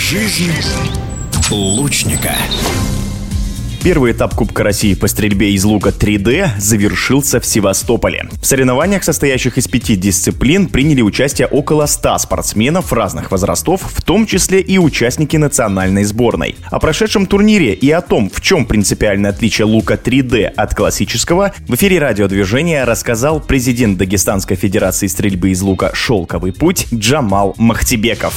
Жизнь лучника. Первый этап Кубка России по стрельбе из лука 3D завершился в Севастополе. В соревнованиях, состоящих из 5 дисциплин, приняли участие около 100 спортсменов разных возрастов, в том числе и участники национальной сборной. О прошедшем турнире и о том, в чем принципиальное отличие лука 3D от классического, в эфире радиодвижения рассказал президент Дагестанской Федерации стрельбы из лука «Шелковый путь» Джамал Махтибеков.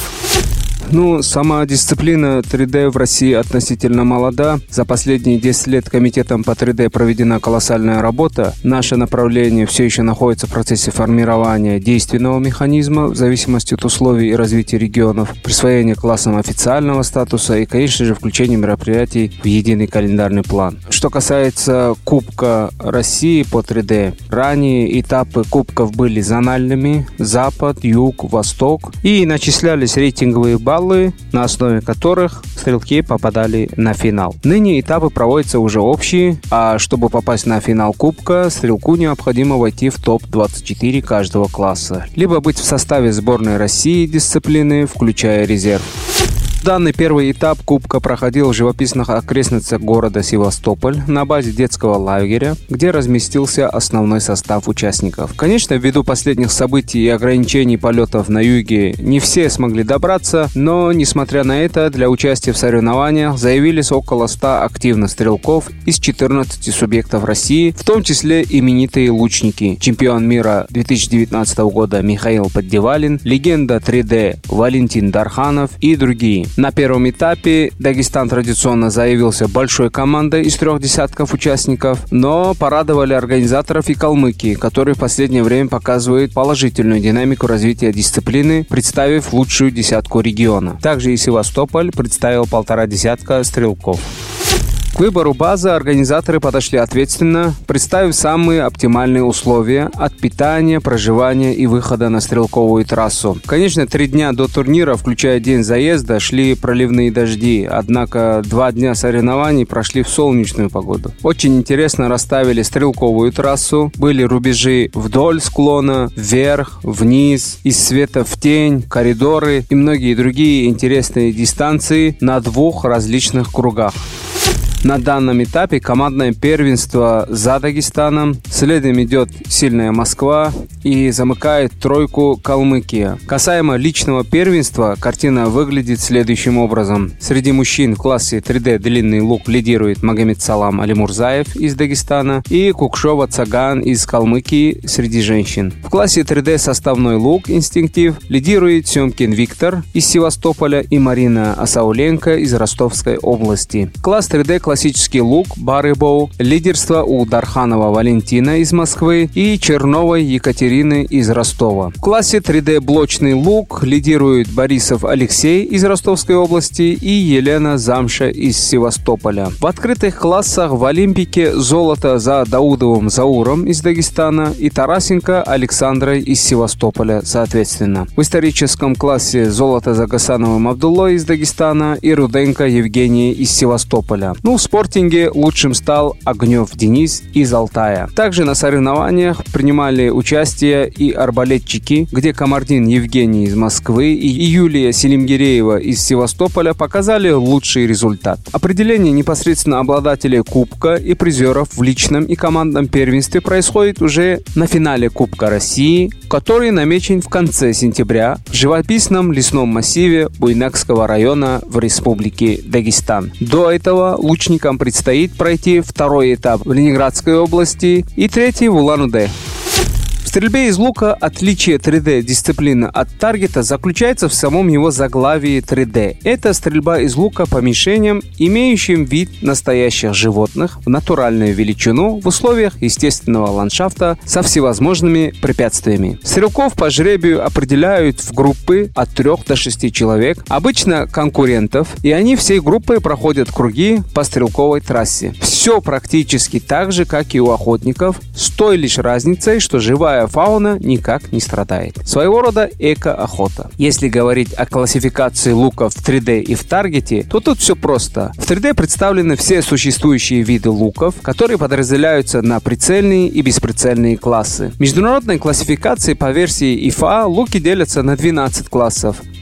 Сама дисциплина 3D в России относительно молода. За последние 10 лет комитетом по 3D проведена колоссальная работа. Наше направление все еще находится в процессе формирования действенного механизма в зависимости от условий и развития регионов, присвоения классам официального статуса и, конечно же, включения мероприятий в единый календарный план. Что касается Кубка России по 3D, ранее этапы кубков были зональными: Запад, Юг, Восток, и начислялись рейтинговые баллы, на основе которых стрелки попадали на финал. Ныне этапы проводятся уже общие, а чтобы попасть на финал Кубка, стрелку необходимо войти в топ-24 каждого класса, либо быть в составе сборной России дисциплины, включая резерв. Данный первый этап Кубка проходил в живописных окрестностях города Севастополь на базе детского лагеря, где разместился основной состав участников. Конечно, ввиду последних событий и ограничений полетов на юге, не все смогли добраться, но, несмотря на это, для участия в соревнованиях заявились около 100 активных стрелков из 14 субъектов России, в том числе именитые лучники: чемпион мира 2019 года Михаил Поддевалин, легенда 3D Валентин Дарханов и другие. На первом этапе Дагестан традиционно заявился большой командой из 3 десятков участников, но порадовали организаторов и калмыки, которые в последнее время показывают положительную динамику развития дисциплины, представив лучшую десятку региона. Также и Севастополь представил 1,5 десятка стрелков. К выбору базы организаторы подошли ответственно, представив самые оптимальные условия от питания, проживания и выхода на стрелковую трассу. Конечно, 3 дня до турнира, включая день заезда, шли проливные дожди, однако 2 дня соревнований прошли в солнечную погоду. Очень интересно расставили стрелковую трассу, были рубежи вдоль склона, вверх, вниз, из света в тень, коридоры и многие другие интересные дистанции на 2 различных кругах. На данном этапе командное первенство за Дагестаном, следом идет сильная Москва и замыкает тройку Калмыкия. Касаемо личного первенства, картина выглядит следующим образом. Среди мужчин в классе 3D длинный лук лидирует Магомедсалам Алимурзаев из Дагестана и Кукшова Цаган из Калмыкии среди женщин. В классе 3D составной лук инстинктив лидирует Семкин Виктор из Севастополя и Марина Асауленко из Ростовской области. Класс 3D классический лук Барыбоу лидерство у Дарханова Валентина из Москвы и Черновой Екатерины из Ростова. В классе 3D блочный лук лидирует Борисов Алексей из Ростовской области и Елена Замша из Севастополя. В открытых классах в Олимпике золото за Даудовым Зауром из Дагестана и Тарасенко Александрой из Севастополя соответственно. В историческом классе золото за Гасановым Абдуллой из Дагестана и Руденко Евгения из Севастополя. В спортинге лучшим стал Огнев Денис из Алтая. Также на соревнованиях принимали участие и арбалетчики, где Камардин Евгений из Москвы и Юлия Селимгиреева из Севастополя показали лучший результат. Определение непосредственно обладателей Кубка и призеров в личном и командном первенстве происходит уже на финале Кубка России, который намечен в конце сентября в живописном лесном массиве Буйнакского района в Республике Дагестан. До этого лучникам предстоит пройти 2-й этап в Ленинградской области и 3-й в Улан-Удэ. В стрельбе из лука отличие 3D-дисциплины от таргета заключается в самом его заглавии 3D. Это стрельба из лука по мишеням, имеющим вид настоящих животных в натуральную величину в условиях естественного ландшафта со всевозможными препятствиями. Стрелков по жребию определяют в группы от 3 до 6 человек, обычно конкурентов, и они всей группой проходят круги по стрелковой трассе. Все практически так же, как и у охотников, с той лишь разницей, что живая фауна никак не страдает. Своего рода эко-охота. Если говорить о классификации луков в 3D и в таргете, то тут все просто. В 3D представлены все существующие виды луков, которые подразделяются на прицельные и бесприцельные классы. В международной классификации по версии ИФА луки делятся на 12 классов.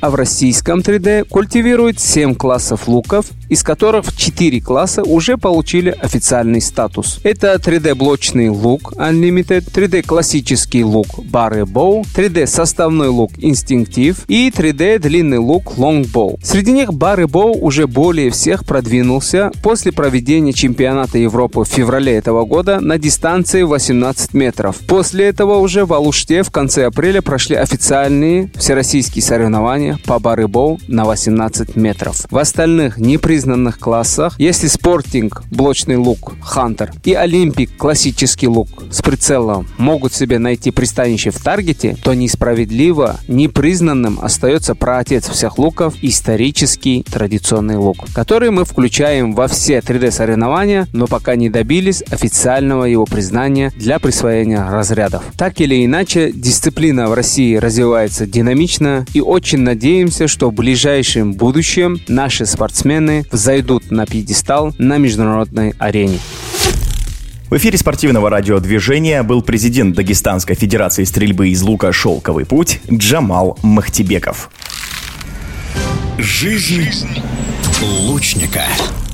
А в российском 3D культивируют 7 классов луков, из которых 4 класса уже получили официальный статус. Это 3D-блочный лук Unlimited, 3D-классический лук Barry Bow, 3D-составной лук Instinctive и 3D-длинный лук Longbow. Среди них Barry Bow уже более всех продвинулся после проведения чемпионата Европы в феврале этого года на дистанции 18 метров. После этого уже в Алуште в конце апреля прошли официальные всероссийские соревнования по Barry Bow на 18 метров. В остальных непризнанных классах, если спортинг, блочный лук Hunter и Олимпик, классический лук с прицелом могут себе найти пристанище в таргете, то несправедливо непризнанным остается праотец всех луков исторический традиционный лук, который мы включаем во все 3D-соревнования, но пока не добились официального его признания для присвоения разрядов. Так или иначе, дисциплина в России развивается динамично, и очень надеемся, что в ближайшем будущем наши спортсмены взойдут на пьедестал на международной арене. В эфире спортивного радиодвижения был президент Дагестанской федерации стрельбы из лука «Шелковый путь» Джамал Махтибеков. Жизнь лучника.